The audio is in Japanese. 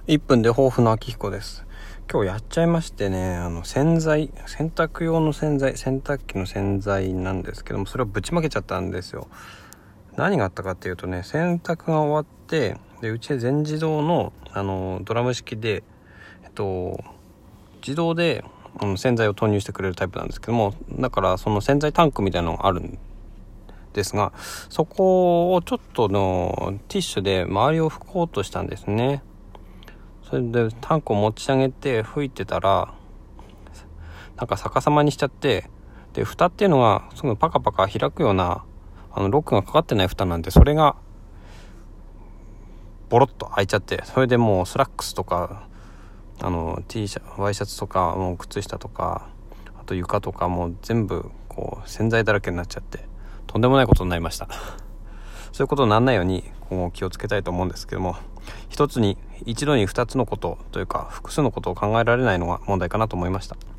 1分で抱負の秋彦です。今日やっちゃいましてね、洗濯用の洗濯機の洗剤なんですけども、それをぶちまけちゃったんですよ。何があったかっていうとね、洗濯が終わって、でうちで全自動のドラム式で自動で洗剤を投入してくれるタイプなんですけども、だからその洗剤タンクみたいなのがあるんですが、そこをちょっとのティッシュで周りを拭こうとしたんですね。それでタンクを持ち上げて拭いてたら、なんか逆さまにしちゃって、で蓋っていうのがすぐパカパカ開くようなロックがかかってない蓋なんで、それがボロッと開いちゃって、それでもうスラックスとかT シャツワイシャツとかもう靴下とかあと床とかもう全部こう洗剤だらけになっちゃって、とんでもないことになりました。そういうことにならないように今後気をつけたいと思うんですけども、一度に二つのことというか複数のことを考えられないのが問題かなと思いました。